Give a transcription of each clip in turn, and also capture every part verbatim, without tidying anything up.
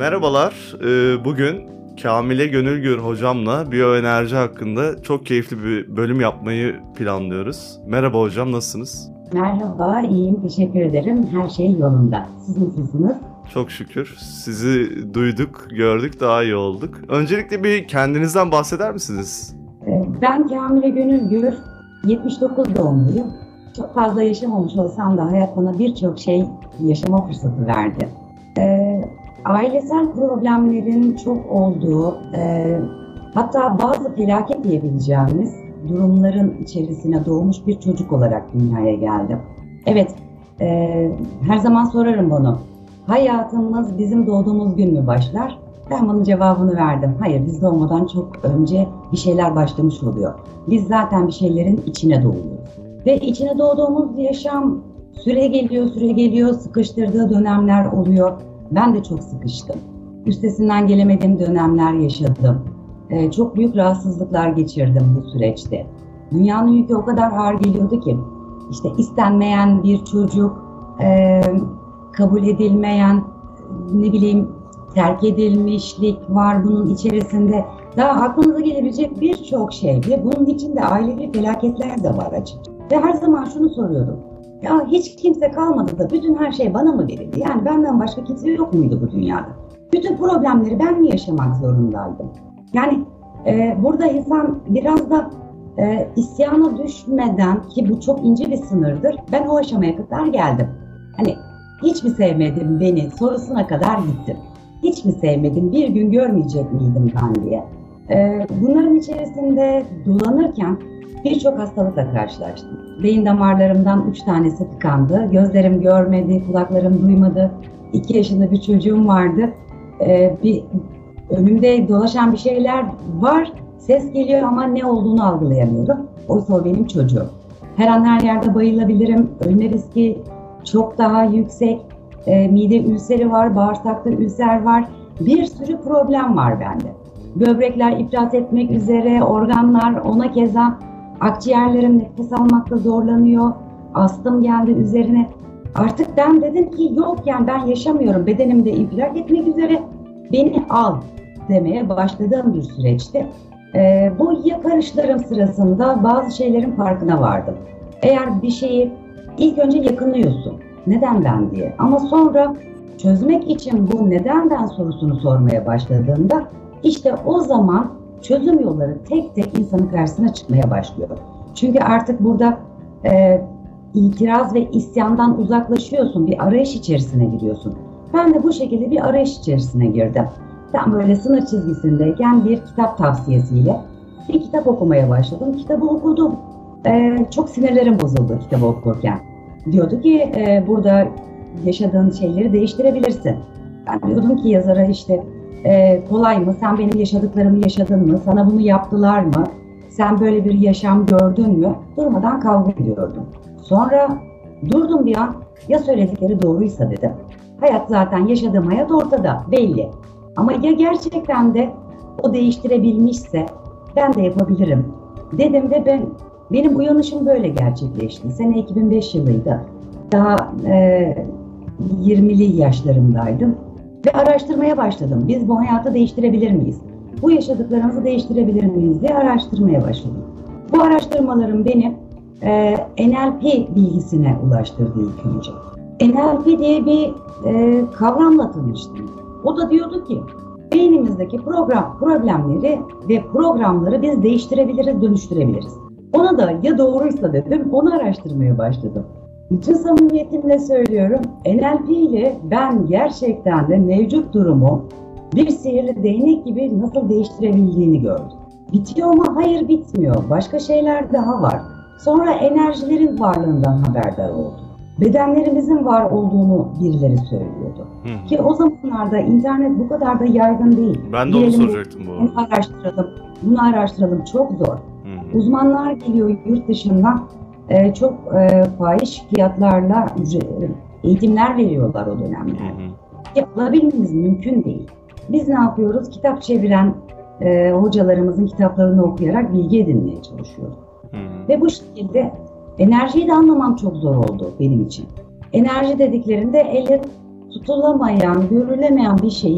Merhabalar, Ee, bugün Kamile Gönülgür hocamla biyoenerji hakkında çok keyifli bir bölüm yapmayı planlıyoruz. Merhaba hocam, nasılsınız? Merhaba, iyiyim. Teşekkür ederim. Her şey yolunda. Siz nasılsınız? Çok şükür. Sizi duyduk, gördük, daha iyi olduk. Öncelikle bir kendinizden bahseder misiniz? Ee, Ben Kamile Gönülgür, yetmiş dokuz doğumluyum. Çok fazla yaşamamış olsam da hayat bana birçok şey yaşama fırsatı verdi. Ee, ailesel problemlerin çok olduğu, e, hatta bazı felaket diyebileceğimiz durumların içerisine doğmuş bir çocuk olarak dünyaya geldim. Evet, e, her zaman sorarım bunu. Hayatımız bizim doğduğumuz gün mü başlar? Ben bunun cevabını verdim. Hayır, biz doğmadan çok önce bir şeyler başlamış oluyor. Biz zaten bir şeylerin içine doğuyoruz. Ve içine doğduğumuz yaşam süre geliyor, süre geliyor, sıkıştırdığı dönemler oluyor. Ben de çok sıkıştım. Üstesinden gelemediğim dönemler yaşadım. Ee, çok büyük rahatsızlıklar geçirdim bu süreçte. Dünyanın yükü o kadar ağır geliyordu ki, işte istenmeyen bir çocuk, e, kabul edilmeyen, ne bileyim terk edilmişlik var bunun içerisinde. Daha aklınıza gelebilecek birçok şey ve bunun içinde ailevi felaketler de var açıkçası. Ve her zaman şunu soruyordum. Ya hiç kimse kalmadı da bütün her şey bana mı verildi? Yani benden başka kimse yok muydu bu dünyada? Bütün problemleri ben mi yaşamak zorundaydım? Yani e, burada insan biraz da e, isyana düşmeden, ki bu çok ince bir sınırdır, ben o aşamaya kadar geldim. Hani hiç mi sevmedin beni sorusuna kadar gittim. Hiç mi sevmedin, bir gün görmeyecek miydim ben diye. Ee, bunların içerisinde dolanırken birçok hastalıkla karşılaştım. Beyin damarlarımdan üç tanesi tıkandı. Gözlerim görmedi, kulaklarım duymadı. İki yaşında bir çocuğum vardı. Ee, bir, önümde dolaşan bir şeyler var. Ses geliyor ama ne olduğunu algılayamıyorum. Oysa o benim çocuğum. Her an her yerde bayılabilirim. Ölme riski çok daha yüksek. E, mide ülseri var, bağırsakta ülser var. Bir sürü problem var bende. Böbrekler iflas etmek üzere, organlar ona keza, akciğerlerim nefes almakta zorlanıyor. Astım geldi üzerine. Artık ben dedim ki yok, yani ben yaşamıyorum. Bedenim de infilak etmek üzere. Beni al demeye başladığım bir süreçti. E, bu yakarışlarım sırasında bazı şeylerin farkına vardım. Eğer bir şeyi ilk önce yakınıyorsun. Neden ben diye. Ama sonra çözmek için bu neden ben sorusunu sormaya başladığında işte o zaman çözüm yolları tek tek insanın karşısına çıkmaya başlıyor. Çünkü artık burada e, itiraz ve isyandan uzaklaşıyorsun. Bir arayış içerisine giriyorsun. Ben de bu şekilde bir arayış içerisine girdim. Tam böyle sınır çizgisindeyken bir kitap tavsiyesiyle bir kitap okumaya başladım. Kitabı okudum. E, çok sinirlerim bozuldu kitabı okurken. Diyordu ki e, burada yaşadığın şeyleri değiştirebilirsin. Ben diyordum ki yazara işte e, kolay mı? Sen benim yaşadıklarımı yaşadın mı? Sana bunu yaptılar mı? Sen böyle bir yaşam gördün mü? Durmadan kavga ediyordum. Sonra durdum bir an. Ya söyledikleri doğruysa dedim. Hayat zaten, yaşadığım hayat ortada, belli. Ama ya gerçekten de o değiştirebilmişse ben de yapabilirim dedim ve ben benim uyanışım böyle gerçekleşti. Sene iki bin beş yılıydı. Daha e, yirmili yaşlarımdaydım. Ve araştırmaya başladım. Biz bu hayatı değiştirebilir miyiz? Bu yaşadıklarımızı değiştirebilir miyiz diye araştırmaya başladım. Bu araştırmalarım beni e, N L P bilgisine ulaştırdı ilk önce. N L P diye bir e, kavramla tanıştım. O da diyordu ki beynimizdeki program, problemleri ve programları biz değiştirebiliriz, dönüştürebiliriz. Ona da ya doğruysa dedim, onu araştırmaya başladım. Bütün samimiyetimle söylüyorum, N L P ile ben gerçekten de mevcut durumu bir sihirli değnek gibi nasıl değiştirebildiğini gördüm. Bitiyor mu? Hayır, bitmiyor. Başka şeyler daha var. Sonra enerjilerin varlığından haberdar oldum. Bedenlerimizin var olduğunu birileri söylüyordu. Hı. Ki o zamanlarda internet bu kadar da yaygın değil. Ben de onu Girelim, soracaktım bu arada. Bunu araştıralım, bunu araştıralım. Çok zor. Hı. Uzmanlar geliyor yurt dışından, e, çok e, fahiş fiyatlarla eğitimler veriyorlar o dönemlerde. Yapılabilmemiz mümkün değil. Biz ne yapıyoruz? Kitap çeviren e, hocalarımızın kitaplarını okuyarak bilgi edinmeye çalışıyoruz. Hı. Ve bu şekilde enerjiyi de anlamam çok zor oldu benim için. Enerji dediklerinde elle tutulamayan, görülemeyen bir şeyin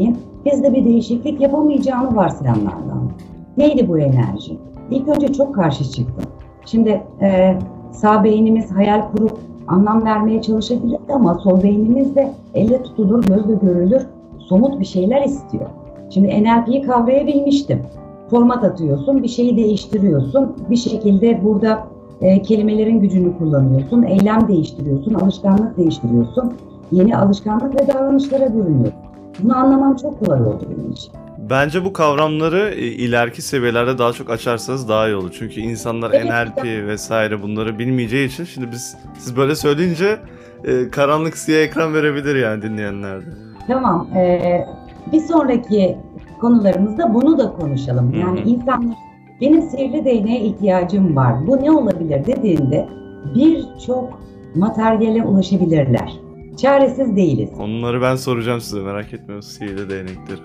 bizde bir değişiklik yapamayacağını varsayanlardan. Neydi bu enerji? İlk önce çok karşı çıktım. Şimdi e, sağ beynimiz hayal kurup anlam vermeye çalışabilirdi ama sol beynimiz de elle tutulur, gözle görülür, somut bir şeyler istiyor. Şimdi N L P'yi kavrayabilmiştim. Format atıyorsun, bir şeyi değiştiriyorsun. Bir şekilde burada e, kelimelerin gücünü kullanıyorsun, eylem değiştiriyorsun, alışkanlık değiştiriyorsun. Yeni alışkanlık ve davranışlara bürünüyor. Bunu anlamam çok kolay oldu benim için. Bence bu kavramları e, ileriki seviyelerde daha çok açarsanız daha iyi olur. Çünkü insanlar Evet. N L P vesaire bunları bilmeyeceği için şimdi biz siz böyle söyleyince e, karanlık siyah ekran verebilir yani dinleyenlerde. Tamam, e, bir sonraki konularımızda bunu da konuşalım. Yani Hı hı. insanlar benim sihirli değneğe ihtiyacım var, bu ne olabilir dediğinde birçok materyale ulaşabilirler. Çaresiz değiliz. Onları ben soracağım size, merak etmeyin, sihirli değnekleri.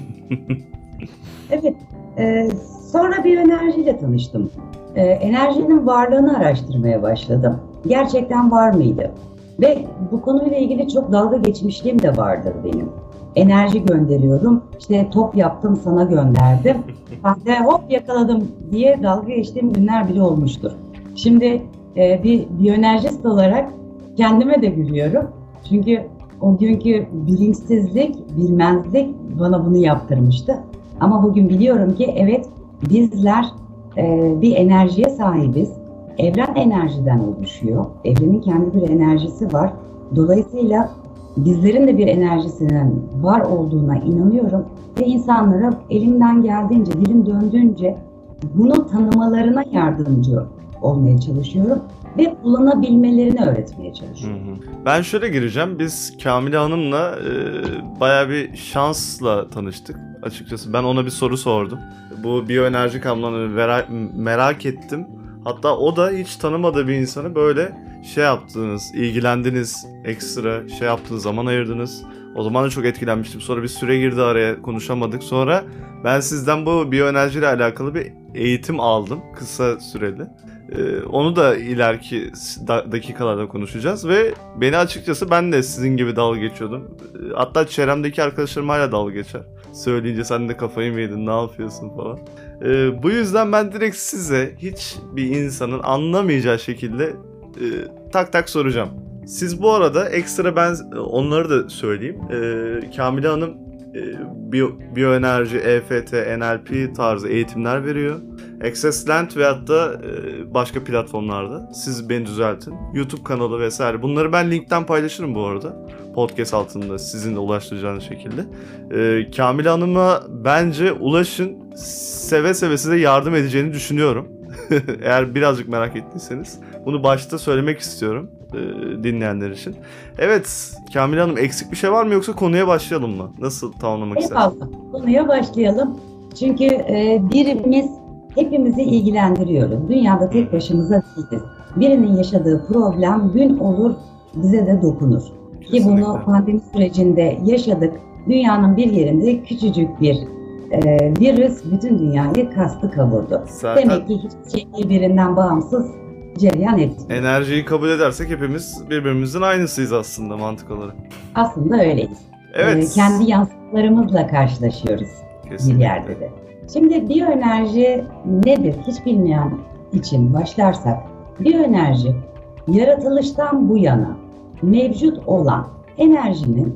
Evet, e, sonra bir enerjiyle tanıştım. E, enerjinin varlığını araştırmaya başladım. Gerçekten var mıydı? Ve bu konuyla ilgili çok dalga geçmişliğim de vardır benim. Enerji gönderiyorum, işte top yaptım sana gönderdim. Ben de hop yakaladım diye dalga geçtiğim günler bile olmuştur. Şimdi e, bir biyoenerjist olarak kendime de gülüyorum. Çünkü o günkü bilinçsizlik, bilmezlik bana bunu yaptırmıştı. Ama bugün biliyorum ki evet, bizler e, bir enerjiye sahibiz. Evren enerjiden oluşuyor. Evrenin kendi bir enerjisi var. Dolayısıyla bizlerin de bir enerjisinin var olduğuna inanıyorum. Ve insanlara elimden geldiğince, dilim döndüğünce bunu tanımalarına yardımcı olmaya çalışıyorum. Ve kullanabilmelerini öğretmeye çalışıyorum. Hı hı. Ben şöyle gireceğim. Biz Kamile Hanım'la e, bayağı bir şansla tanıştık. Açıkçası ben ona bir soru sordum. Bu biyoenerji kavramlarını vera- merak ettim. Hatta o da hiç tanımadığı bir insanı böyle şey yaptınız, ilgilendiniz, ekstra şey yaptınız, zaman ayırdınız. O zaman da çok etkilenmiştim. Sonra bir süre girdi araya, konuşamadık. Sonra ben sizden bu biyoenerji ile alakalı bir eğitim aldım, kısa süreli. Ee, onu da ileriki da- dakikalarda konuşacağız ve beni açıkçası ben de sizin gibi dalga geçiyordum. Ee, hatta çevremdeki arkadaşlarım hala dalga geçer. Söyleyince sen de kafayı mı yedin, ne yapıyorsun falan. Ee, bu yüzden ben direkt size hiç bir insanın anlamayacağı şekilde e, tak tak soracağım. Siz bu arada ekstra ben onları da söyleyeyim. Ee, Kamile Hanım e, biyo, biyoenerji, E F T, N L P tarzı eğitimler veriyor. Access Land veyahut da e, başka platformlarda. Siz beni düzeltin. YouTube kanalı vesaire. Bunları ben linkten paylaşırım bu arada. Podcast altında sizin de ulaştıracağınız şekilde. E, Kamile Hanım'a bence ulaşın. Seve seve size yardım edeceğini düşünüyorum. Eğer birazcık merak ettiyseniz. Bunu başta söylemek istiyorum e, dinleyenler için. Evet Kamile Hanım, eksik bir şey var mı yoksa konuya başlayalım mı? Nasıl tamamlamak istersiniz? Eyvallah. Konuya başlayalım. Çünkü e, birimiz hepimizi ilgilendiriyor. Dünyada tek başımıza değiliz. Birinin yaşadığı problem gün olur bize de dokunur. Ki Kesinlikle. bunu pandemi sürecinde yaşadık. Dünyanın bir yerinde küçücük bir e, virüs bütün dünyayı kastı kavurdu. Zaten Demek ki hiçbir şey birbirinden bağımsız cereyan etmiyor. enerjiyi kabul edersek hepimiz birbirimizin aynısıyız aslında mantık olarak. Aslında öyleyiz. Evet. E, kendi yansıtlarımızla karşılaşıyoruz. Bir Kesinlikle. yerde de. Şimdi biyoenerji nedir hiç bilmeyen için başlarsak, biyoenerji yaratılıştan bu yana mevcut olan enerjinin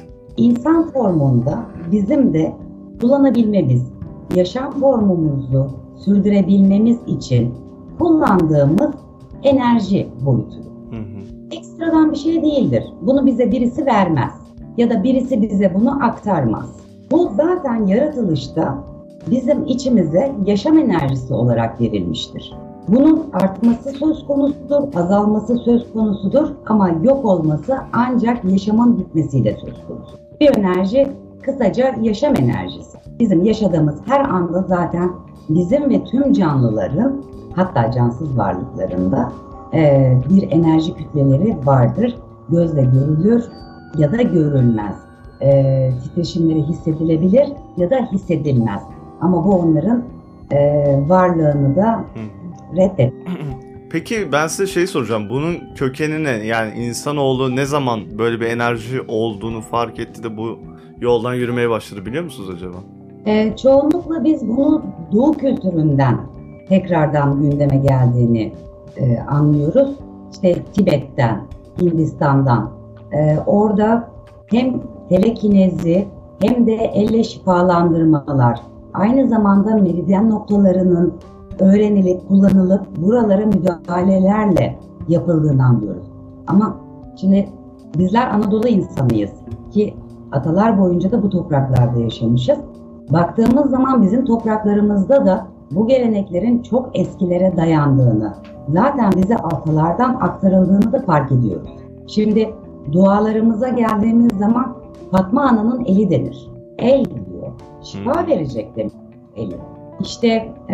insan formunda bizim de kullanabilmemiz, yaşam formumuzu sürdürebilmemiz için kullandığımız enerji boyutu. Hı hı. Ekstradan bir şey değildir. Bunu bize birisi vermez ya da birisi bize bunu aktarmaz. Bu zaten yaratılışta bizim içimize yaşam enerjisi olarak verilmiştir. Bunun artması söz konusudur, azalması söz konusudur ama yok olması ancak yaşamın bitmesiyle söz konusu. Biyoenerji kısaca yaşam enerjisi. Bizim yaşadığımız her anda zaten bizim ve tüm canlıların, hatta cansız varlıklarında e, bir enerji kütleleri vardır. Gözle görülür ya da görülmez. E, titreşimleri hissedilebilir ya da hissedilmez. Ama bu onların e, varlığını da reddet. Peki ben size şey soracağım. Bunun kökeni ne? Yani insanoğlu ne zaman böyle bir enerji olduğunu fark etti de bu yoldan yürümeye başladı, biliyor musunuz acaba? Ee, çoğunlukla biz bunu Doğu kültüründen tekrardan gündeme geldiğini e, anlıyoruz. İşte Tibet'ten, Hindistan'dan. Ee, orada hem telekinezi hem de elle şifalandırmalar, aynı zamanda meridyen noktalarının öğrenilip, kullanılıp buralara müdahalelerle yapıldığını anlıyoruz. Ama şimdi bizler Anadolu insanıyız ki atalar boyunca da bu topraklarda yaşamışız. Baktığımız zaman bizim topraklarımızda da bu geleneklerin çok eskilere dayandığını, zaten bize atalardan aktarıldığını da fark ediyoruz. Şimdi dualarımıza geldiğimiz zaman Fatma Ana'nın eli denir. El diyor. Şifa verecek demek eli. İşte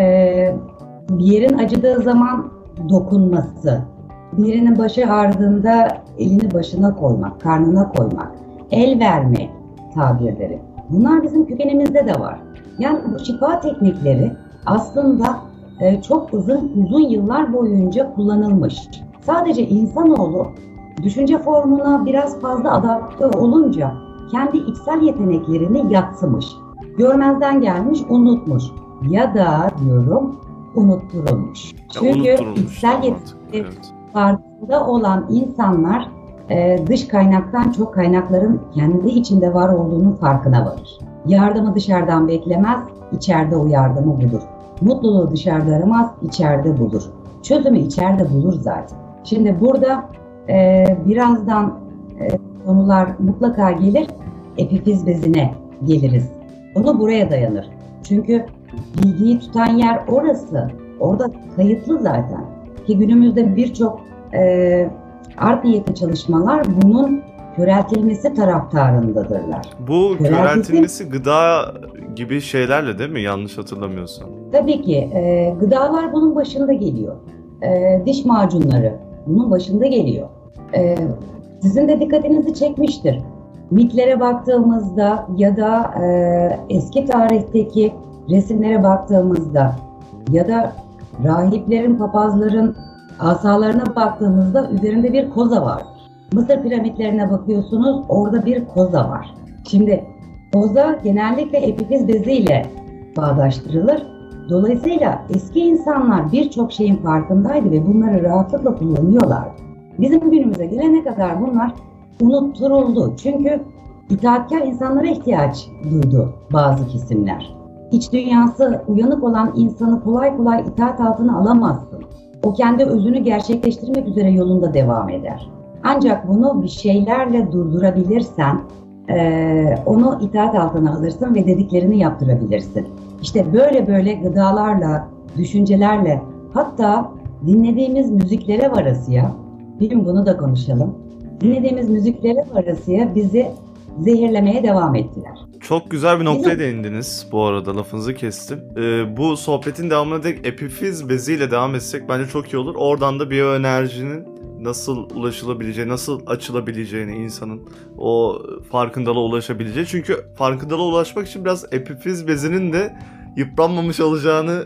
e, bir yerin acıdığı zaman dokunması, birinin başı ağrıdığında elini başına koymak, karnına koymak, el vermek tabirleri. Bunlar bizim kökenimizde de var. Yani bu şifa teknikleri aslında e, çok uzun uzun yıllar boyunca kullanılmış. Sadece insanoğlu düşünce formuna biraz fazla adapte olunca kendi içsel yeteneklerini yatsımış. Görmezden gelmiş, unutmuş. Ya da diyorum unutturulmuş. Ya, Çünkü unutturulmuş, içsel evet, yetenekleri evet. farkında olan insanlar e, dış kaynaktan çok kaynakların kendi içinde var olduğunun farkına varır. Yardımı dışarıdan beklemez, içeride o yardımı bulur. Mutluluğu dışarıda aramaz, içeride bulur. Çözümü içeride bulur zaten. Şimdi burada e, birazdan e, konular mutlaka gelir, epifiz bezine geliriz. Onu buraya dayanır. Çünkü bilgiyi tutan yer orası. Orada kayıtlı zaten. Ki günümüzde birçok e, art niyetli çalışmalar bunun köreltilmesi taraftarındadırlar. Bu Köreltisi- köreltilmesi gıda gibi şeylerle değil mi? Yanlış hatırlamıyorsam. Tabii ki e, gıdalar bunun başında geliyor. E, diş macunları bunun başında geliyor. E, sizin de dikkatinizi çekmiştir. Mitlere baktığımızda ya da e, eski tarihteki resimlere baktığımızda ya da rahiplerin, papazların asalarına baktığımızda üzerinde bir koza var. Mısır piramitlerine bakıyorsunuz, orada bir koza var. Şimdi koza genellikle epifiz beziyle bağdaştırılır. Dolayısıyla eski insanlar birçok şeyin farkındaydı ve bunları rahatlıkla kullanıyorlar. Bizim günümüze gelene kadar bunlar unutturuldu. Çünkü itaatkar insanlara ihtiyaç duydu bazı kesimler. İç dünyası uyanık olan insanı kolay kolay itaat altına alamazsın. O kendi özünü gerçekleştirmek üzere yolunda devam eder. Ancak bunu bir şeylerle durdurabilirsen e, onu itaat altına alırsın ve dediklerini yaptırabilirsin. İşte böyle böyle gıdalarla, düşüncelerle, hatta dinlediğimiz müziklere varasıya, bugün bunu da konuşalım. Dinlediğimiz müziklere varasıya bizi zehirlemeye devam ettiler. Çok güzel bir noktaya değindiniz bu arada, lafınızı kestim. Ee, bu sohbetin devamına dek epifiz beziyle devam etsek bence çok iyi olur. Oradan da biyoenerjinin nasıl ulaşılabileceği, nasıl açılabileceğini, insanın o farkındalığa ulaşabileceği. Çünkü farkındalığa ulaşmak için biraz epifiz bezinin de yıpranmamış olacağını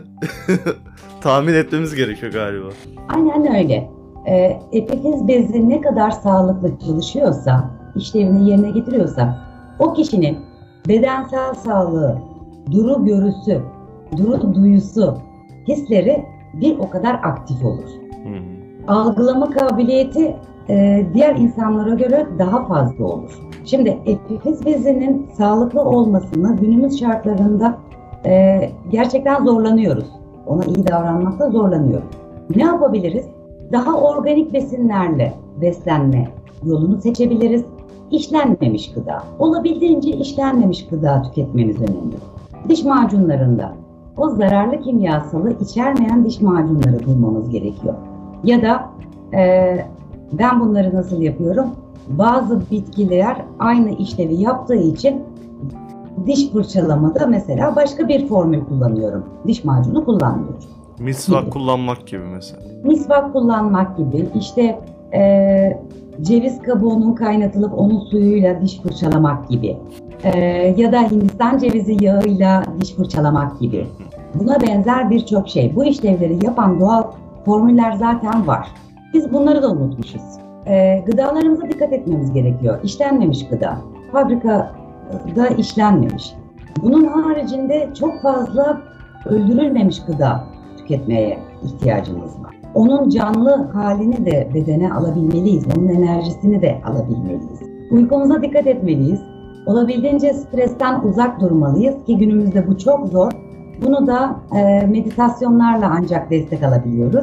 tahmin etmemiz gerekiyor galiba. Aynen öyle. Ee, epifiz bezi ne kadar sağlıklı çalışıyorsa, işlevini yerine getiriyorsa, o kişinin bedensel sağlığı, duru görüsü, duru duyusu, hisleri bir o kadar aktif olur. Hmm. Algılama kabiliyeti e, diğer insanlara göre daha fazla olur. Şimdi epifiz bezinin sağlıklı olmasını günümüz şartlarında e, gerçekten zorlanıyoruz. Ona iyi davranmakta zorlanıyoruz. Ne yapabiliriz? Daha organik besinlerle beslenme yolunu seçebiliriz. İşlenmemiş gıda, olabildiğince işlenmemiş gıda tüketmemiz önemli. Diş macunlarında o zararlı kimyasalı içermeyen diş macunları bulmamız gerekiyor. Ya da e, ben bunları nasıl yapıyorum? Bazı bitkiler aynı işlevi yaptığı için diş fırçalamada mesela başka bir formül kullanıyorum. Diş macunu kullanmıyorum. Misvak gibi. kullanmak gibi mesela. Misvak kullanmak gibi, işte e, ceviz kabuğunun kaynatılıp onun suyuyla diş fırçalamak gibi. E, ya da Hindistan cevizi yağıyla diş fırçalamak gibi. Buna benzer birçok şey. Bu işlevleri yapan doğal formüller zaten var. Biz bunları da unutmuşuz. E, gıdalarımıza dikkat etmemiz gerekiyor. İşlenmemiş gıda. Fabrika da işlenmemiş. Bunun haricinde çok fazla öldürülmemiş gıda tüketmeye ihtiyacımız var. Onun canlı halini de bedene alabilmeliyiz. Onun enerjisini de alabilmeliyiz. Uykumuza dikkat etmeliyiz. Olabildiğince stresten uzak durmalıyız ki günümüzde bu çok zor. Bunu da e, meditasyonlarla ancak destek alabiliyoruz.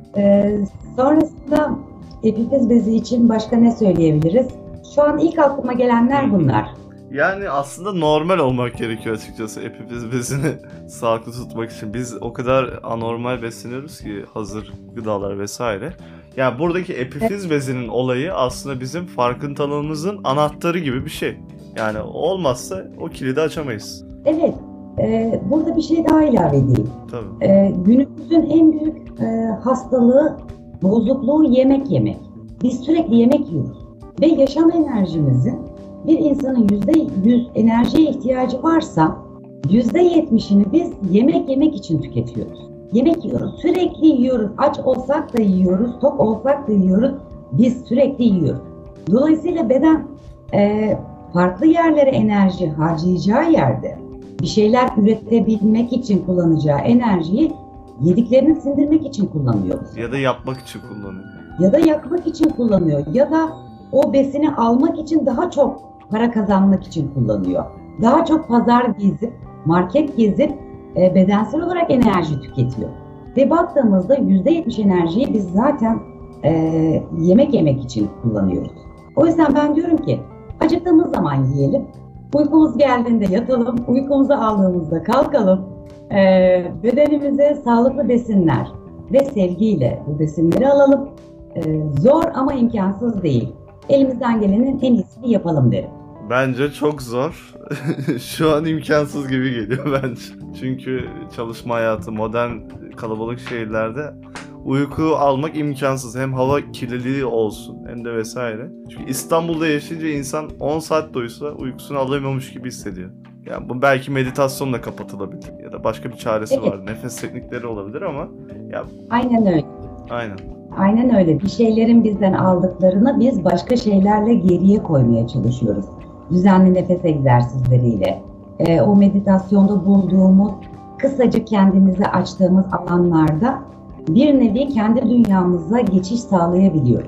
E, sonrasında epifiz bezi için başka ne söyleyebiliriz? Şu an ilk aklıma gelenler bunlar. Yani aslında normal olmak gerekiyor açıkçası epifiz bezini sağlıklı tutmak için. Biz o kadar anormal besleniyoruz ki hazır gıdalar vesaire. Yani buradaki epifiz bezinin olayı aslında bizim farkındalığımızın anahtarı gibi bir şey. Yani olmazsa o kilidi açamayız. Evet, e, burada bir şey daha ilave edeyim. Tabii. E, günümüzün en büyük e, hastalığı, bozukluğu yemek yemek. Biz sürekli yemek yiyoruz ve yaşam enerjimizin bir insanın yüzde yüz enerjiye ihtiyacı varsa yüzde yetmişini biz yemek yemek için tüketiyoruz. Yemek yiyoruz, sürekli yiyoruz. Aç olsak da yiyoruz, tok olsak da yiyoruz. Biz sürekli yiyoruz. Dolayısıyla beden e, farklı yerlere enerji harcayacağı yerde bir şeyler üretebilmek için kullanacağı enerjiyi yediklerini sindirmek için kullanıyoruz. Ya da yapmak için kullanıyor. Ya da yakmak için kullanıyor. Ya da o besini almak için daha çok para kazanmak için kullanıyor. Daha çok pazar gezip, market gezip e, bedensel olarak enerji tüketiyor. Ve baktığımızda yüzde yetmiş enerjiyi biz zaten e, yemek yemek için kullanıyoruz. O yüzden ben diyorum ki acıktığımız zaman yiyelim, uykumuz geldiğinde yatalım, uykumuzu aldığımızda kalkalım, e, bedenimize sağlıklı besinler ve sevgiyle bu besinleri alalım. E, zor ama imkansız değil. Elimizden gelenin en iyisini yapalım derim. Bence çok zor. Şu an imkansız gibi geliyor bence. Çünkü çalışma hayatı, modern kalabalık şehirlerde uyku almak imkansız. Hem hava kirliliği olsun hem de vesaire. Çünkü İstanbul'da yaşayınca insan on saat de uyusa uykusunu alamıyormuş gibi hissediyor. Yani bu belki meditasyonla kapatılabilir ya da başka bir çaresi Evet. var. Nefes teknikleri olabilir ama ya Aynen öyle. aynen. Aynen öyle. Bir şeylerin bizden aldıklarını biz başka şeylerle geriye koymaya çalışıyoruz. Düzenli nefes egzersizleriyle, e, o meditasyonda bulduğumuz, kısacık kendimizi açtığımız alanlarda bir nevi kendi dünyamıza geçiş sağlayabiliyoruz.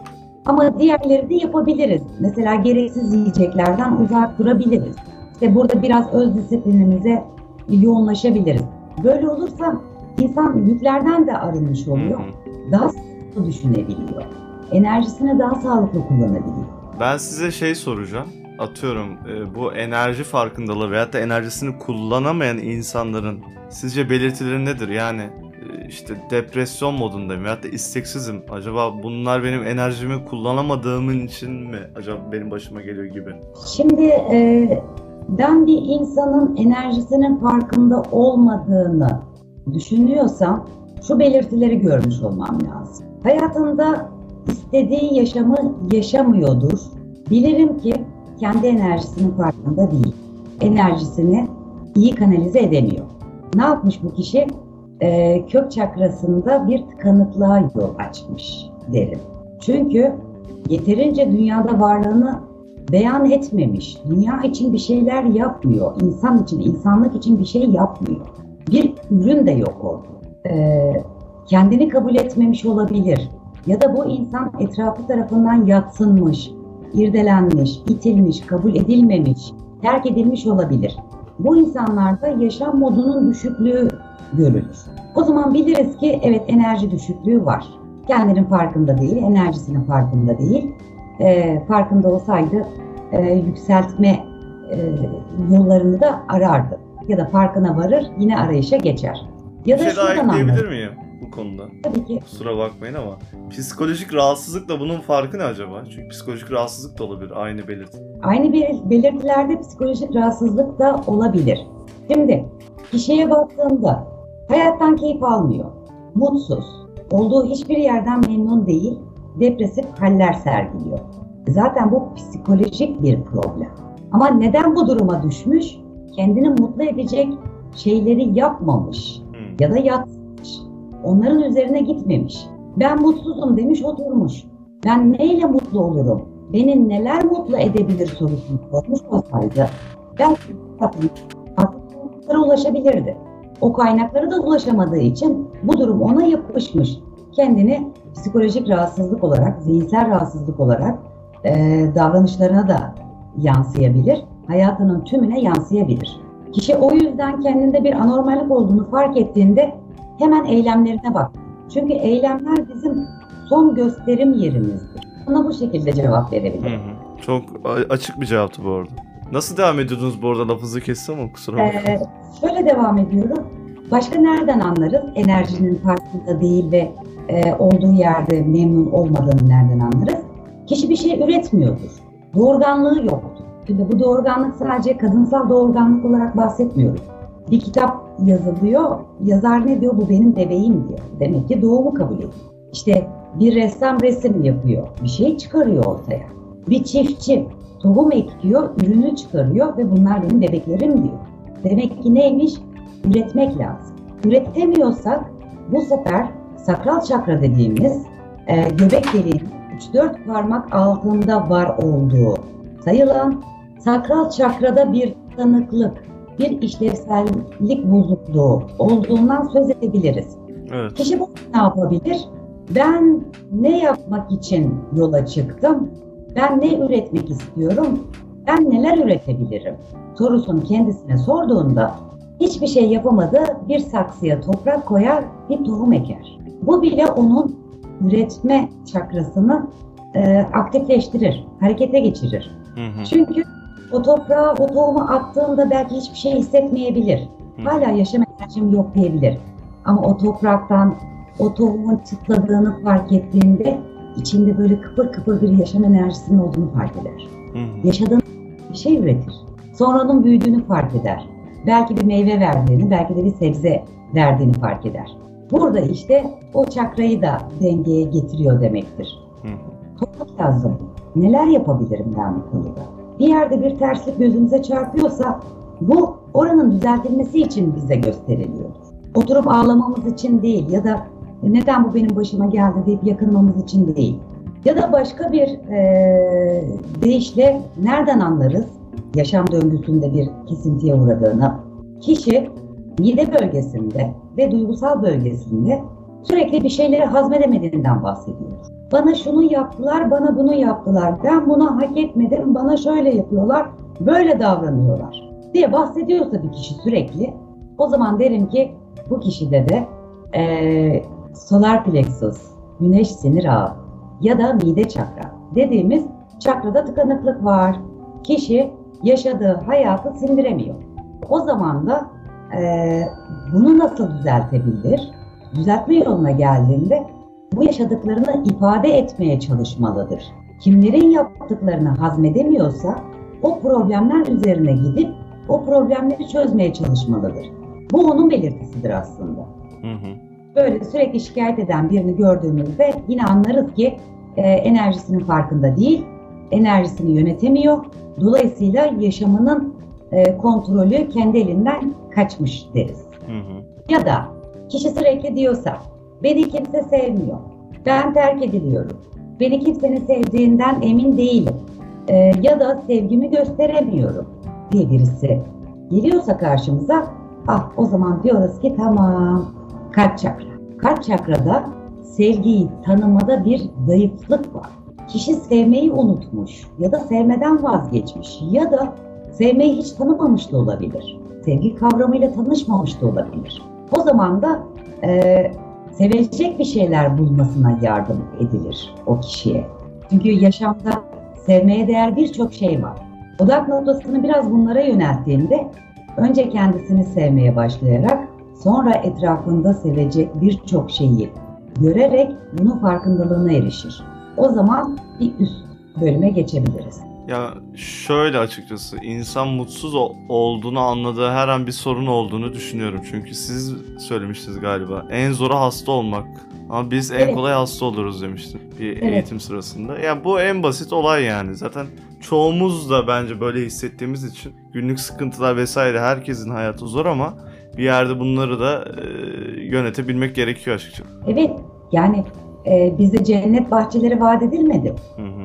Ama diğerleri de yapabiliriz. Mesela gereksiz yiyeceklerden uzak durabiliriz. İşte burada biraz öz disiplinimize yoğunlaşabiliriz. Böyle olursa insan yüklerden de arınmış oluyor. Hı hı. Daha sağlıklı düşünebiliyor. Enerjisini daha sağlıklı kullanabiliyor. Ben size şey soracağım. Atıyorum e, bu enerji farkındalığı veyahut da enerjisini kullanamayan insanların sizce belirtileri nedir? Yani e, işte depresyon modundayım veyahut da isteksizim. Acaba bunlar benim enerjimi kullanamadığımın için mi acaba benim başıma geliyor gibi? Şimdi e, ben bir insanın enerjisinin farkında olmadığını düşünüyorsam şu belirtileri görmüş olmam lazım. Hayatında istediği yaşamı yaşamıyordur. Bilirim ki kendi enerjisinin farkında değil. Enerjisini iyi kanalize edemiyor. Ne yapmış bu kişi? Ee, kök çakrasında bir tıkanıklığa yol açmış derim. Çünkü yeterince dünyada varlığını beyan etmemiş. Dünya için bir şeyler yapmıyor. İnsan için, insanlık için bir şey yapmıyor. Bir ürün de yok orada. Ee, kendini kabul etmemiş olabilir. Ya da bu insan etrafı tarafından yadsınmış, irdelenmiş, itilmiş, kabul edilmemiş, terk edilmiş olabilir. Bu insanlarda yaşam modunun düşüklüğü görülür. O zaman biliriz ki evet enerji düşüklüğü var. Kendinin farkında değil, enerjisinin farkında değil. E, farkında olsaydı e, yükseltme e, yollarını da arardı. Ya da farkına varır, yine arayışa geçer. Ya Bir da şey daha şuradan ekleyebilir anlarız. miyim bu konuda? Tabii ki. Kusura bakmayın ama psikolojik rahatsızlıkla bunun farkı ne acaba? Çünkü psikolojik rahatsızlık da olabilir aynı belirti. Aynı bel- belirtilerde psikolojik rahatsızlık da olabilir. Şimdi kişiye baktığında hayattan keyif almıyor, mutsuz, olduğu hiçbir yerden memnun değil, depresif haller sergiliyor. Zaten bu psikolojik bir problem. Ama neden bu duruma düşmüş? Kendini mutlu edecek şeyleri yapmamış Hmm. ya da yapmış. Onların üzerine gitmemiş. Ben mutsuzum demiş, oturmuş. Ben neyle mutlu olurum? beni neler mutlu edebilir sorusunu sormuş olsaydı belki farklı kaynaklara ulaşabilirdi. O kaynaklara da ulaşamadığı için bu durum ona yapışmış. Kendini psikolojik rahatsızlık olarak, zihinsel rahatsızlık olarak e, davranışlarına da yansıyabilir. Hayatının tümüne yansıyabilir. Kişi o yüzden kendinde bir anormallik olduğunu fark ettiğinde hemen eylemlerine bak. Çünkü eylemler bizim son gösterim yerimizdir. Ona bu şekilde cevap verebilirim. Hı hı. Çok açık bir cevaptı bu arada. Nasıl devam ediyordunuz bu arada, lafınızı kestim ama kusura bakmayın. Ee, şöyle devam ediyorum. Başka nereden anlarız? Enerjinin farkında değil ve e, olduğu yerde memnun olmadığını nereden anlarız? Kişi bir şey üretmiyordur. Doğurganlığı yoktur. Şimdi bu doğurganlık sadece kadınsal doğurganlık olarak bahsetmiyoruz. Bir kitap yazılıyor, yazar ne diyor? Bu benim bebeğim diyor. Demek ki doğumu kabul ediyor. İşte bir ressam resim yapıyor, bir şey çıkarıyor ortaya. Bir çiftçi tohum ekiyor, ürünü çıkarıyor ve bunlar benim bebeklerim diyor. Demek ki neymiş? Üretmek lazım. Üretemiyorsak bu sefer sakral çakra dediğimiz e, göbek deliğinin üç dört parmak altında var olduğu sayılan sakral çakrada bir tanıklık, bir işlevsellik bozukluğu olduğundan söz edebiliriz. Evet. Kişi bu ne yapabilir? Ben ne yapmak için yola çıktım? Ben ne üretmek istiyorum? Ben neler üretebilirim? Sorusunu kendisine sorduğunda hiçbir şey yapamadı, bir saksıya toprak koyar, bir tohum eker. Bu bile onun üretme çakrasını e, aktifleştirir, harekete geçirir. Hı hı. Çünkü o toprağa, o tohumu attığında belki hiçbir şey hissetmeyebilir. Hı. Hala yaşam enerjim yok diyebilir. Ama o topraktan o tohumun çıtladığını fark ettiğinde içinde böyle kıpır kıpır bir yaşam enerjisinin olduğunu fark eder. Hı hı. Yaşadığın bir şey üretir. Sonra onun büyüdüğünü fark eder. Belki bir meyve verdiğini, belki de bir sebze verdiğini fark eder. Burada işte o çakrayı da dengeye getiriyor demektir. Toprak lazım. Neler yapabilirim ben bu konuda? Bir yerde bir terslik gözümüze çarpıyorsa bu oranın düzeltilmesi için bize gösteriliyor. Oturup ağlamamız için değil ya da neden bu benim başıma geldi deyip yakınmamız için değil. Ya da başka bir e, deyişle nereden anlarız yaşam döngüsünde bir kesintiye uğradığını? Kişi mide bölgesinde ve duygusal bölgesinde sürekli bir şeyleri hazmedemediğinden bahsediyor. Bana şunu yaptılar, bana bunu yaptılar, ben bunu hak etmedim, bana şöyle yapıyorlar, böyle davranıyorlar diye bahsediyorsa bir kişi sürekli, o zaman derim ki bu kişide de e, solar plexus, güneş sinir ağı ya da mide çakra dediğimiz çakrada tıkanıklık var. Kişi yaşadığı hayatı sindiremiyor. O zaman da e, bunu nasıl düzeltebilir? Düzeltme yoluna geldiğinde bu yaşadıklarını ifade etmeye çalışmalıdır. Kimlerin yaptıklarını hazmedemiyorsa o problemler üzerine gidip o problemleri çözmeye çalışmalıdır. Bu onun belirtisidir aslında. Hı hı. Böyle sürekli şikayet eden birini gördüğümüzde yine anlarız ki e, enerjisinin farkında değil, enerjisini yönetemiyor. Dolayısıyla yaşamının e, kontrolü kendi elinden kaçmış deriz. Hı hı. Ya da kişi sürekli diyorsa, beni kimse sevmiyor, ben terk ediliyorum, beni kimsenin sevdiğinden emin değilim e, ya da sevgimi gösteremiyorum diye birisi geliyorsa karşımıza, ah o zaman diyoruz ki tamam, kalp çakra. Kalp çakrada sevgiyi tanımada bir zayıflık var. Kişi sevmeyi unutmuş ya da sevmeden vazgeçmiş ya da sevmeyi hiç tanımamış da olabilir. Sevgi kavramıyla tanışmamış da olabilir. O zaman da e, sevecek bir şeyler bulmasına yardım edilir o kişiye. Çünkü yaşamda sevmeye değer birçok şey var. Odak noktasını biraz bunlara yönelttiğinde önce kendisini sevmeye başlayarak sonra etrafında sevecek birçok şeyi görerek bunun farkındalığına erişir. O zaman bir üst bölüme geçebiliriz. Ya şöyle, açıkçası insan mutsuz olduğunu anladığı her an bir sorun olduğunu düşünüyorum. Çünkü siz söylemiştiniz galiba, en zoru hasta olmak. Ama biz en evet. kolay hasta oluruz demiştim bir evet. eğitim sırasında. Yani bu en basit olay yani. Zaten çoğumuz da bence böyle hissettiğimiz için günlük sıkıntılar vesaire, herkesin hayatı zor ama bir yerde bunları da e, yönetebilmek gerekiyor açıkçası. Evet, yani e, bize cennet bahçeleri vaat edilmedi. Hı hı.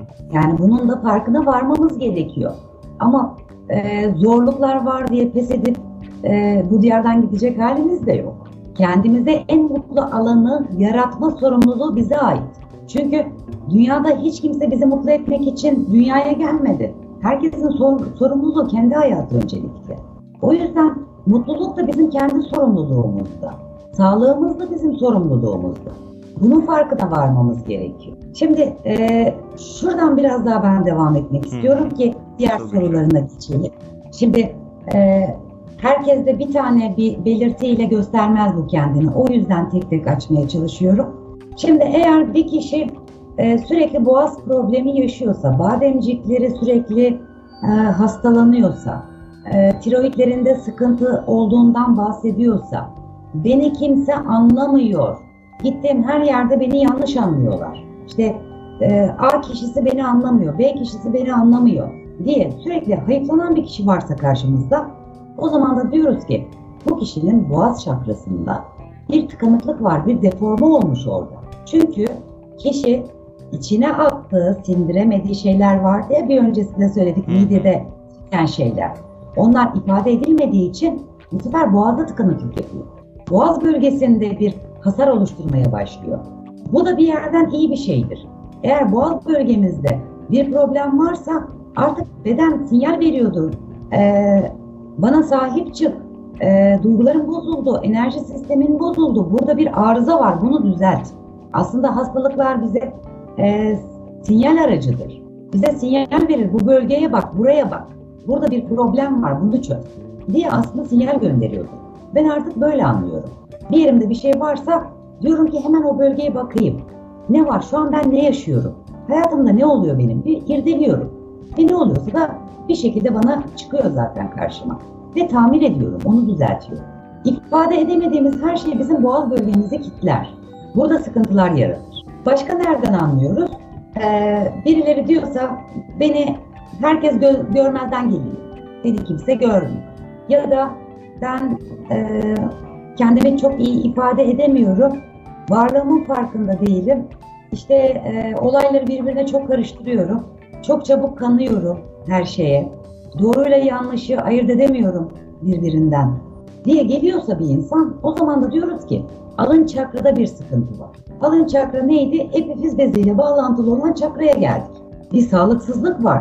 Yani bunun da farkına varmamız gerekiyor. Ama e, zorluklar var diye pes edip e, bu diyardan gidecek halimiz de yok. Kendimize en mutlu alanı yaratma sorumluluğu bize ait. Çünkü dünyada hiç kimse bizi mutlu etmek için dünyaya gelmedi. Herkesin sor, sorumluluğu kendi hayatı öncelikle. O yüzden mutluluk da bizim kendi sorumluluğumuzda. Sağlığımız da bizim sorumluluğumuzda. Bunun farkına varmamız gerekiyor. Şimdi e, şuradan biraz daha ben devam etmek istiyorum ki diğer Tabii. sorularına geçelim. Şimdi e, herkes de bir tane bir belirtiyle göstermez bu kendini. O yüzden tek tek açmaya çalışıyorum. Şimdi eğer bir kişi e, sürekli boğaz problemi yaşıyorsa, bademcikleri sürekli e, hastalanıyorsa, e, tiroidlerinde sıkıntı olduğundan bahsediyorsa, beni kimse anlamıyor, gittiğim her yerde beni yanlış anlıyorlar, İşte e, A kişisi beni anlamıyor, B kişisi beni anlamıyor diye sürekli hayıflanan bir kişi varsa karşımızda, o zaman da diyoruz ki bu kişinin boğaz çakrasında bir tıkanıklık var, bir deforme olmuş orada. Çünkü kişi içine attığı, sindiremediği şeyler var diye bir öncesinde söyledik, midede tüken şeyler. Onlar ifade edilmediği için bu sefer boğazda tıkanıklık yapıyor. Boğaz bölgesinde bir hasar oluşturmaya başlıyor. Bu da bir yerden iyi bir şeydir. Eğer boğaz bölgemizde bir problem varsa artık beden sinyal veriyordur. Ee, bana sahip çık, ee, duygularım bozuldu, enerji sistemin bozuldu, burada bir arıza var, bunu düzelt. Aslında hastalıklar bize e, sinyal aracıdır. Bize sinyal verir, bu bölgeye bak, buraya bak, burada bir problem var, bunu çöz diye aslında sinyal gönderiyordur. Ben artık böyle anlıyorum. Bir yerimde bir şey varsa diyorum ki hemen o bölgeye bakayım. Ne var? Şu an ben ne yaşıyorum? Hayatımda ne oluyor benim? Bir irdeliyorum. Ve ne oluyorsa da bir şekilde bana çıkıyor zaten karşıma. Ve tamir ediyorum, onu düzeltiyorum. İfade edemediğimiz her şey bizim boğaz bölgemizi kilitler. Burada sıkıntılar yaratır. Başka nereden anlıyoruz? Ee, birileri diyorsa beni herkes gö- görmezden geliyor. Beni kimse görmüyor. Ya da ben e, kendimi çok iyi ifade edemiyorum. Varlığımın farkında değilim. İşte e, olayları birbirine çok karıştırıyorum. Çok çabuk kanıyorum her şeye. Doğruyla yanlışı ayırt edemiyorum birbirinden diye geliyorsa bir insan, o zaman da diyoruz ki alın çakrada bir sıkıntı var. Alın çakra neydi? Epifiz beziyle bağlantılı olan çakraya geldik. Bir sağlıksızlık var.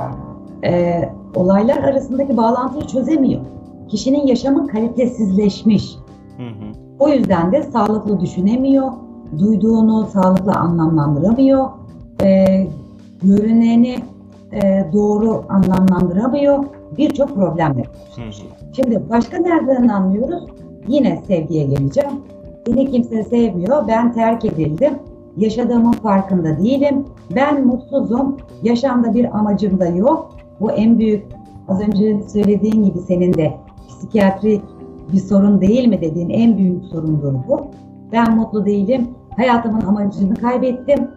Ee, olaylar arasındaki bağlantıyı çözemiyor. Kişinin yaşamı kalitesizleşmiş. Hı hı. O yüzden de sağlıklı düşünemiyor, duyduğunu sağlıklı anlamlandıramıyor, e, görüneni e, doğru anlamlandıramıyor, birçok problemle karşılaşıyor. Şimdi başka nereden anlıyoruz? Yine sevgiye geleceğim. Beni kimse sevmiyor, ben terk edildim, yaşadığımın farkında değilim, ben mutsuzum, yaşamda bir amacım da yok. Bu en büyük, az önce söylediğin gibi senin de psikiyatrik bir sorun değil mi dediğin en büyük sorundur bu. Ben mutlu değilim, hayatımın amacını kaybettim,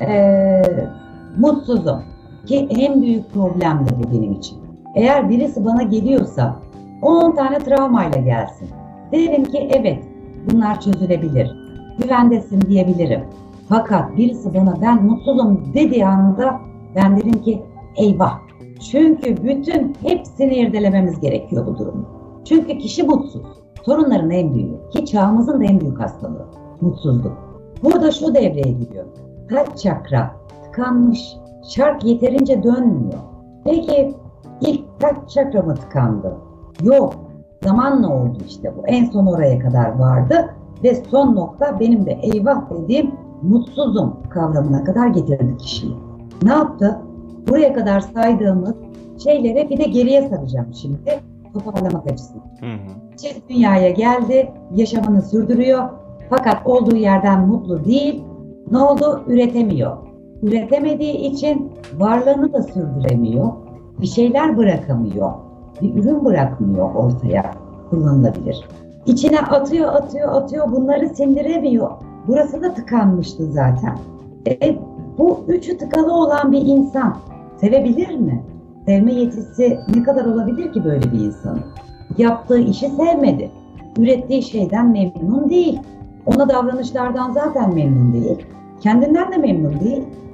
ee, mutsuzum. Ki en büyük problem de bu benim için. Eğer birisi bana geliyorsa on tane travmayla gelsin. Derim ki evet, bunlar çözülebilir, güvendesin diyebilirim. Fakat birisi bana ben mutsuzum dediği anda ben derim ki eyvah. Çünkü bütün hepsini irdelememiz gerekiyor bu durumu. Çünkü kişi mutsuz. Sorunların en büyüğü, ki çağımızın da en büyük hastalığı, mutsuzluk. Burada şu devreye giriyor. Kalp çakra tıkanmış, çark yeterince dönmüyor. Peki ilk kalp çakra mı tıkandı? Yok. Zamanla oldu işte bu. En son oraya kadar vardı ve son nokta benim de eyvah dediğim mutsuzum kavramına kadar getirdi kişiyi. Ne yaptı? Buraya kadar saydığımız şeylere bir de geriye saracağım şimdi. Toparlamak açısından. Hı hı. Çift dünyaya geldi, yaşamını sürdürüyor. Fakat olduğu yerden mutlu değil. Ne oldu? Üretemiyor. Üretemediği için varlığını da sürdüremiyor. Bir şeyler bırakamıyor. Bir ürün bırakmıyor ortaya kullanılabilir. İçine atıyor, atıyor, atıyor. Bunları sindiremiyor. Burası da tıkanmıştı zaten. E, bu üçü tıkalı olan bir insan sevebilir mi? Sevme yetisi ne kadar olabilir ki böyle bir insanın? Yaptığı işi sevmedi. Ürettiği şeyden memnun değil. Ona davranışlardan zaten memnun değil. Kendinden de memnun değil.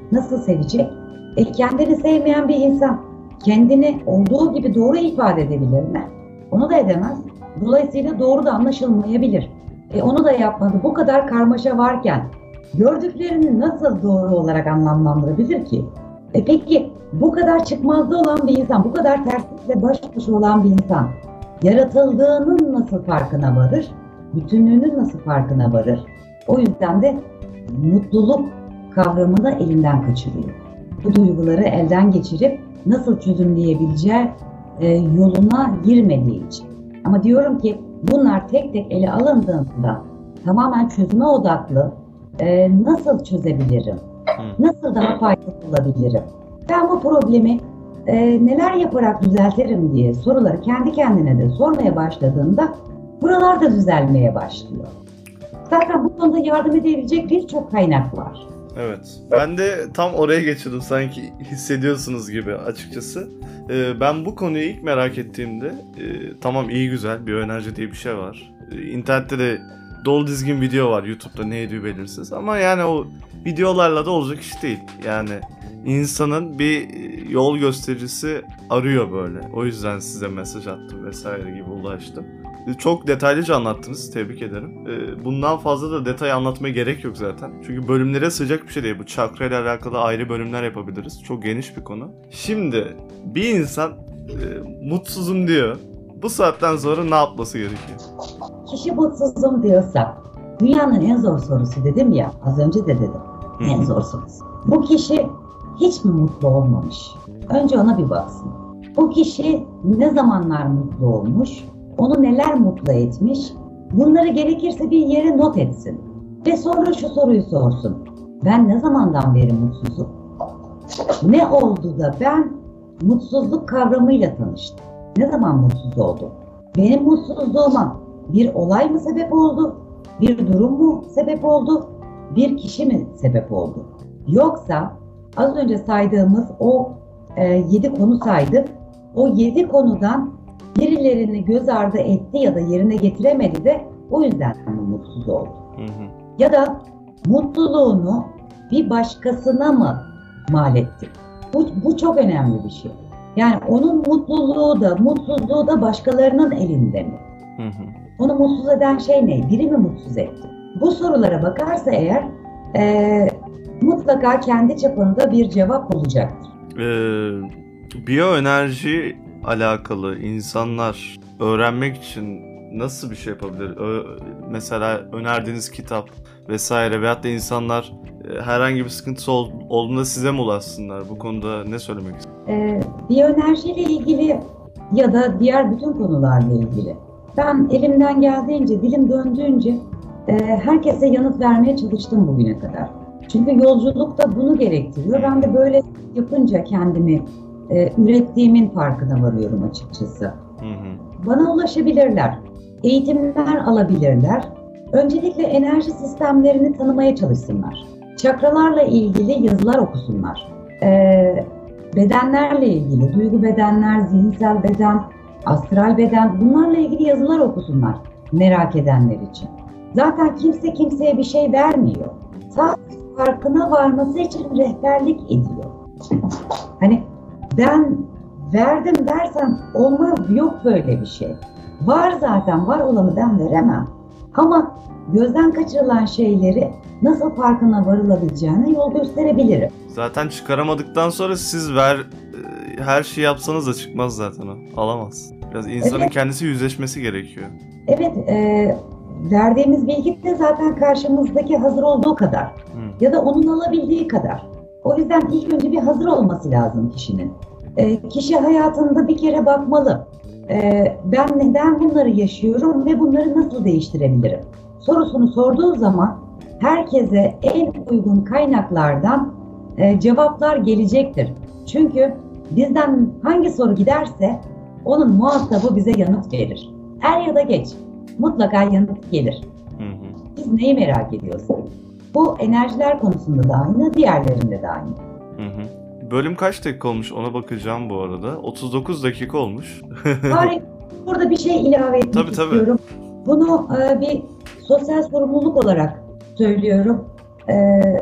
nasıl sevecek? E, kendini sevmeyen bir insan kendini olduğu gibi doğru ifade edebilir mi? Onu da edemez. Dolayısıyla doğru da anlaşılmayabilir. E, onu da yapmadı. Bu kadar karmaşa varken gördüklerini nasıl doğru olarak anlamlandırabilir ki? E peki bu kadar çıkmazda olan bir insan, bu kadar terslikle baş başa olan bir insan yaratıldığının nasıl farkına varır? Bütünlüğünün nasıl farkına varır? O yüzden de mutluluk kavramını elinden kaçırıyor. Bu duyguları elden geçirip nasıl çözümleyebileceği e, yoluna girmediği için. Ama diyorum ki bunlar tek tek ele alındığında tamamen çözüme odaklı e, nasıl çözebilirim? Nasıl daha faydalı olabilirim? Ben bu problemi e, neler yaparak düzeltirim diye soruları kendi kendine de sormaya başladığında buralar da düzelmeye başlıyor. Zaten bu konuda yardım edebilecek birçok kaynak var. Evet. Ben de tam oraya geçiyordum, sanki hissediyorsunuz gibi açıkçası. Ee, ben bu konuyu ilk merak ettiğimde e, tamam iyi güzel biyoenerji diye bir şey var. Ee, internette de dolu dizgin video var, YouTube'da ne ediyor belirsiz. Ama yani o videolarla da olacak iş değil. Yani insanın bir yol göstericisi arıyor böyle. O yüzden size mesaj attım vesaire gibi ulaştım. Çok detaylıca anlattınız. Tebrik ederim. Bundan fazla da detay anlatmaya gerek yok zaten. Çünkü bölümlere sığacak bir şey değil. Bu çakra ile alakalı ayrı bölümler yapabiliriz. Çok geniş bir konu. Şimdi bir insan e, mutsuzum diyor. Bu saatten sonra ne yapması gerekiyor? Kişi mutsuzum diyorsa dünyanın en zor sorusu dedim ya. Az önce de dedim. Hı. En zor sorusu. Bu kişi hiç mi mutlu olmamış? Önce ona bir baksın. Bu kişi ne zamanlar mutlu olmuş? Onu neler mutlu etmiş? Bunları gerekirse bir yere not etsin. Ve sonra şu soruyu sorsun. Ben ne zamandan beri mutsuzum? Ne oldu da ben mutsuzluk kavramıyla tanıştım? Ne zaman mutsuz oldum? Benim mutsuzluğuma bir olay mı sebep oldu? Bir durum mu sebep oldu? Bir kişi mi sebep oldu? Yoksa az önce saydığımız o e, yedi konu saydık. O yedi konudan birilerini göz ardı etti ya da yerine getiremedi de o yüzden mutsuz oldu. Hı hı. Ya da mutluluğunu bir başkasına mı mal etti? Bu, bu çok önemli bir şey. Yani onun mutluluğu da mutsuzluğu da başkalarının elinde mi? Hı hı. Onu mutsuz eden şey ne? Biri mi mutsuz etti? Bu sorulara bakarsa eğer e, mutlaka kendi çapında bir cevap olacaktır. Ee, biyoenerji alakalı insanlar öğrenmek için nasıl bir şey yapabilir? Ö- mesela önerdiğiniz kitap vesaire veyahut da insanlar e, herhangi bir sıkıntısı ol- olduğunda size mi ulaşsınlar? Bu konuda ne söylemek istiyorsunuz? Ee, biyoenerjiyle ilgili ya da diğer bütün konularla ilgili ben elimden geldiğince, dilim döndüğünce e, herkese yanıt vermeye çalıştım bugüne kadar. Çünkü yolculuk da bunu gerektiriyor. Ben de böyle yapınca kendimi e, ürettiğimin farkına varıyorum açıkçası. Hı hı. Bana ulaşabilirler, eğitimler alabilirler. Öncelikle enerji sistemlerini tanımaya çalışsınlar. Çakralarla ilgili yazılar okusunlar. Ee, bedenlerle ilgili, duygu bedenler, zihinsel beden, astral beden, bunlarla ilgili yazılar okusunlar merak edenler için. Zaten kimse kimseye bir şey vermiyor. Sadece farkına varması için rehberlik ediyor. Hani ben verdim dersem olmaz, yok böyle bir şey. Var zaten, var olanı ben veremem. Ama gözden kaçırılan şeyleri nasıl farkına varılabileceğine yol gösterebilirim. Zaten çıkaramadıktan sonra siz ver her şeyi yapsanız da çıkmaz zaten o. Alamaz. Biraz insanın evet. kendisi yüzleşmesi gerekiyor. Evet, e, verdiğimiz bilgi de zaten karşımızdaki hazır olduğu kadar. Hı. Ya da onun alabildiği kadar. O yüzden ilk önce bir hazır olması lazım kişinin. E, kişi hayatında bir kere bakmalı. E, ben neden bunları yaşıyorum ve bunları nasıl değiştirebilirim? Sorusunu sorduğu zaman herkese en uygun kaynaklardan e, cevaplar gelecektir. Çünkü bizden hangi soru giderse onun muhatabı bize yanıt verir. Er ya da geç mutlaka yanıt gelir. Hı hı. Biz neyi merak ediyorsak. Bu enerjiler konusunda da aynı, diğerlerinde de aynı. Hı hı. Bölüm kaç dakika olmuş ona bakacağım bu arada. otuz dokuz dakika olmuş. Harika. Burada bir şey ilave etmek tabii, istiyorum. Tabii. Bunu e, bir sosyal sorumluluk olarak söylüyorum. E,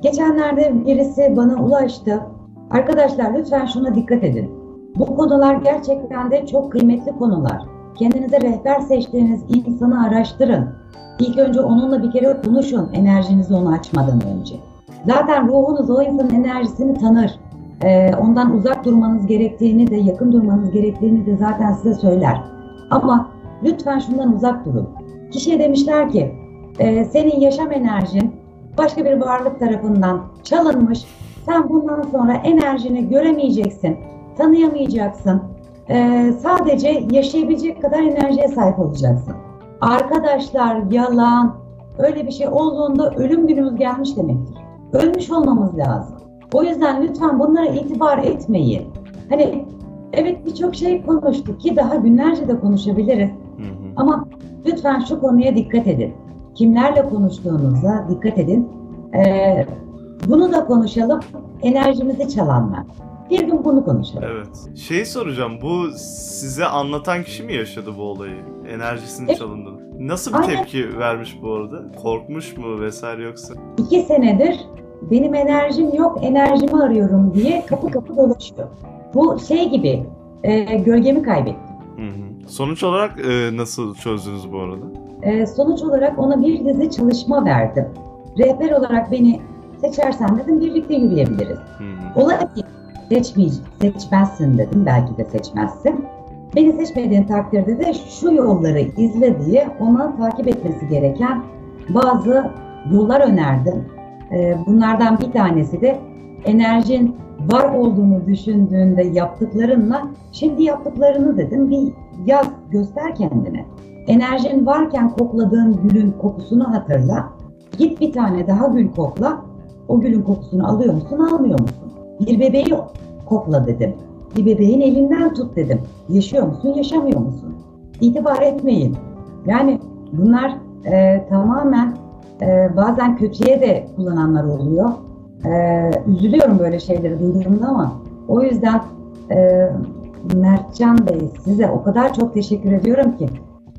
Geçenlerde birisi bana ulaştı. Arkadaşlar lütfen şuna dikkat edin. Bu konular gerçekten de çok kıymetli konular. Kendinize rehber seçtiğiniz insanı araştırın. İlk önce onunla bir kere konuşun, enerjinizi ona açmadan önce. Zaten ruhunuz o insanın enerjisini tanır. Ee, ondan uzak durmanız gerektiğini de, yakın durmanız gerektiğini de zaten size söyler. Ama lütfen şundan uzak durun. Kişiye demişler ki, e, senin yaşam enerjin başka bir varlık tarafından çalınmış. Sen bundan sonra enerjini göremeyeceksin, tanıyamayacaksın. Ee, sadece yaşayabilecek kadar enerjiye sahip olacaksın. Arkadaşlar yalan, öyle bir şey olduğunda ölüm günümüz gelmiş demektir. Ölmüş olmamız lazım. O yüzden lütfen bunlara itibar etmeyin. Hani evet birçok şey konuştuk ki daha günlerce de konuşabiliriz. Hı hı. Ama lütfen şu konuya dikkat edin. Kimlerle konuştuğunuza dikkat edin. Ee, bunu da konuşalım. Enerjimizi çalanlar. Bir gün bunu konuşalım. Evet. Şeyi soracağım. Bu size anlatan kişi mi yaşadı bu olayı? Enerjisinin evet. çalındığını. Nasıl bir Aynen. tepki vermiş bu arada? Korkmuş mu vesaire yoksa? İki senedir benim enerjim yok, enerjimi arıyorum diye kapı kapı dolaşıyor. Bu şey gibi, e, gölgemi kaybettim. Hı hı. Sonuç olarak e, nasıl çözdünüz bu arada? E, sonuç olarak ona bir dizi çalışma verdim. Rehber olarak beni seçersen dedim birlikte yürüyebiliriz. Olarak ki seçmeyeceksin, seçmezsin dedim, belki de seçmezsin. Beni seçmediğin takdirde de şu yolları izle diye ona takip etmesi gereken bazı yollar önerdim. Bunlardan bir tanesi de enerjin var olduğunu düşündüğünde yaptıklarınla şimdi yaptıklarını dedim bir yaz, göster kendine. Enerjin varken kokladığın gülün kokusunu hatırla. Git bir tane daha gül kokla. O gülün kokusunu alıyor musun, almıyor musun? Bir bebeği kokla dedim. Bir bebeğin elinden tut dedim. Yaşıyor musun, yaşamıyor musun? İtibar etmeyin. Yani bunlar e, tamamen e, bazen kötüye de kullananlar oluyor. E, üzülüyorum böyle şeyleri duyduğumda ama o yüzden e, Mertcan Bey size o kadar çok teşekkür ediyorum ki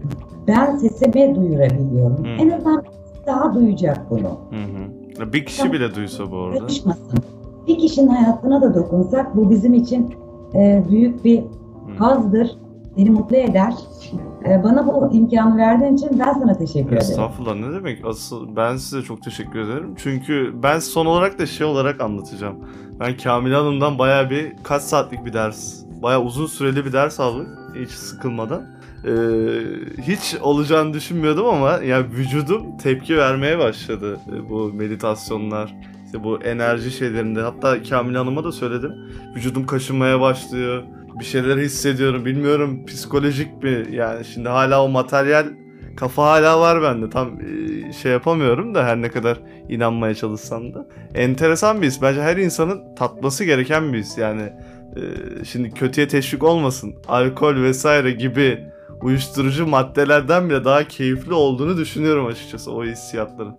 ben sesimi duyurabiliyorum. Hı. En azından daha duyacak bunu. Hı hı. Bir kişi bile duysa bu arada. Konuşmasın. Bir kişinin hayatına da dokunsak bu bizim için e, büyük bir hazdır. Beni mutlu eder. E, bana bu imkanı verdiğin için ben sana teşekkür ederim. Estağfurullah, ne demek? Asıl ben size çok teşekkür ederim. Çünkü ben son olarak da şey olarak anlatacağım. Ben Kamile Hanım'dan bayağı bir kaç saatlik bir ders, bayağı uzun süreli bir ders aldık. Hiç sıkılmadan. Ee, hiç olacağını düşünmüyordum ama yani vücudum tepki vermeye başladı bu meditasyonlar, işte bu enerji şeylerinde. Hatta Kamile Hanım'a da söyledim. Vücudum kaşınmaya başlıyor. Bir şeyler hissediyorum. Bilmiyorum psikolojik mi? Yani şimdi hala o materyal kafa hala var bende. Tam şey yapamıyorum da her ne kadar inanmaya çalışsam da. Enteresan bir his. Bence her insanın tatması gereken bir his. Yani şimdi kötüye teşvik olmasın. Alkol vesaire gibi uyuşturucu maddelerden bile daha keyifli olduğunu düşünüyorum açıkçası o hissiyatların.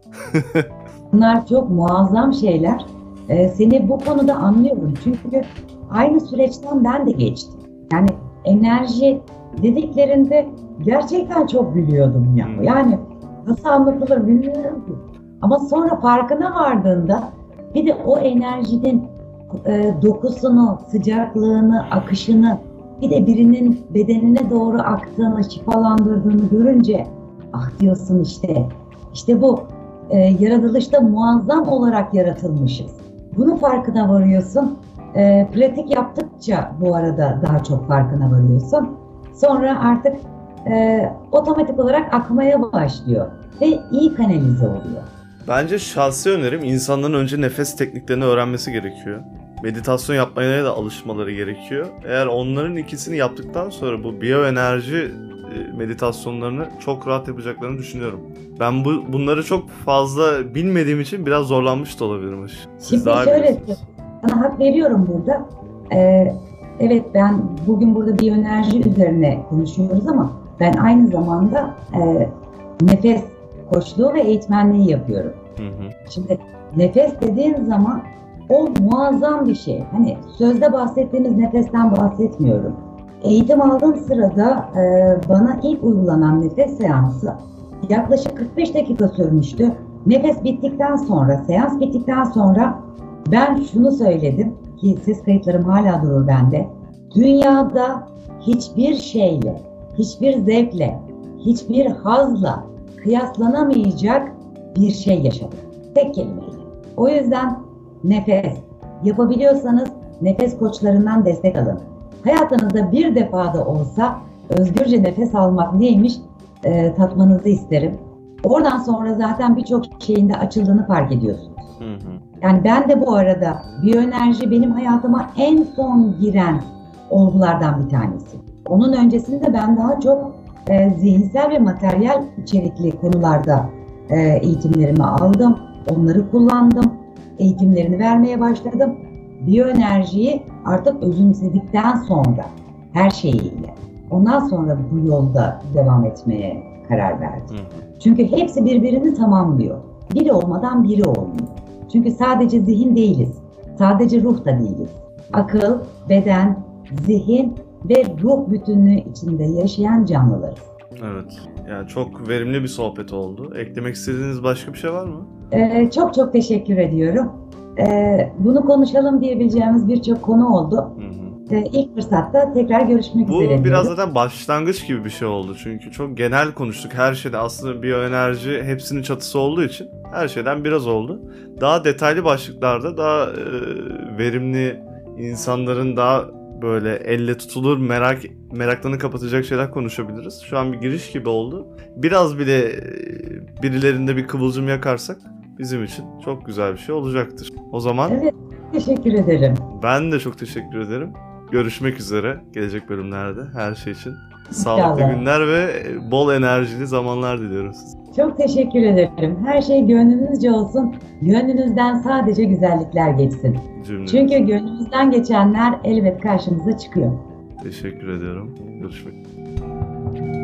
Bunlar çok muazzam şeyler. Ee, seni bu konuda anlıyorum. Çünkü aynı süreçten ben de geçtim. Yani enerji dediklerinde gerçekten çok gülüyordum ya. Yani nasıl anlatılır bilmiyorum ki. Ama sonra farkına vardığında bir de o enerjinin e, dokusunu, sıcaklığını, akışını bir de birinin bedenine doğru aktığını, şifalandırdığını görünce ah diyorsun işte, işte bu e, yaratılışta muazzam olarak yaratılmışız. Bunun farkına varıyorsun. E, pratik yaptıkça bu arada daha çok farkına varıyorsun. Sonra artık e, otomatik olarak akmaya başlıyor ve iyi kanalize oluyor. Bence şahsi önerim insanların önce nefes tekniklerini öğrenmesi gerekiyor. Meditasyon yapmaya da alışmaları gerekiyor. Eğer onların ikisini yaptıktan sonra bu biyoenerji meditasyonlarını çok rahat yapacaklarını düşünüyorum. Ben bu bunları çok fazla bilmediğim için biraz zorlanmış da olabilirim. Siz Şimdi şöyle, sana hak veriyorum burada. Ee, evet ben bugün burada biyoenerji üzerine konuşuyoruz ama ben aynı zamanda e, nefes koçluğu ve eğitmenliği yapıyorum. Hı hı. Şimdi nefes dediğin zaman o muazzam bir şey. Hani sözde bahsettiğimiz nefesten bahsetmiyorum. Eğitim aldığım sırada e, bana ilk uygulanan nefes seansı yaklaşık kırk beş dakika sürmüştü. Nefes bittikten sonra, seans bittikten sonra ben şunu söyledim ki ses kayıtlarım hala durur bende. Dünyada hiçbir şeyle, hiçbir zevkle, hiçbir hazla kıyaslanamayacak bir şey yaşadım. Tek kelimeyle. O yüzden nefes. Yapabiliyorsanız nefes koçlarından destek alın. Hayatınızda bir defada olsa özgürce nefes almak neymiş e, tatmanızı isterim. Oradan sonra zaten birçok şeyin de açıldığını fark ediyorsunuz. Hı hı. Yani ben de bu arada biyoenerji benim hayatıma en son giren olgulardan bir tanesi. Onun öncesinde ben daha çok e, zihinsel ve materyal içerikli konularda e, eğitimlerimi aldım. Onları kullandım. Eğitimlerini vermeye başladım. Biyoenerjiyi artık özümsedikten sonra her şeyiyle. Ondan sonra bu yolda devam etmeye karar verdim. Hı. Çünkü hepsi birbirini tamamlıyor. Biri olmadan biri olmuyor. Çünkü sadece zihin değiliz. Sadece ruh da değiliz. Akıl, beden, zihin ve ruh bütünlüğü içinde yaşayan canlılarız. Evet. Yani çok verimli bir sohbet oldu. Eklemek istediğiniz başka bir şey var mı? Ee, çok çok teşekkür ediyorum. Ee, bunu konuşalım diyebileceğimiz birçok konu oldu. Hı hı. Ee, ilk fırsatta tekrar görüşmek Bu üzere diyorum. Bu biraz zaten başlangıç gibi bir şey oldu. Çünkü çok genel konuştuk her şeyde. Aslında biyoenerji hepsinin çatısı olduğu için her şeyden biraz oldu. Daha detaylı başlıklarda daha e, verimli, insanların daha böyle elle tutulur merak meraklarını kapatacak şeyler konuşabiliriz. Şu an bir giriş gibi oldu. Biraz bile birilerinde bir kıvılcım yakarsak bizim için çok güzel bir şey olacaktır. O zaman evet, teşekkür ederim. Ben de çok teşekkür ederim. Görüşmek üzere gelecek bölümlerde her şey için. Sağlıklı İnşallah. Günler ve bol enerjili zamanlar diliyorum size. Çok teşekkür ederim. Her şey gönlünüzce olsun. Gönlünüzden sadece güzellikler geçsin. Cümle. Çünkü gönlünüzden geçenler elbet karşımıza çıkıyor. Teşekkür ediyorum. Görüşmek üzere.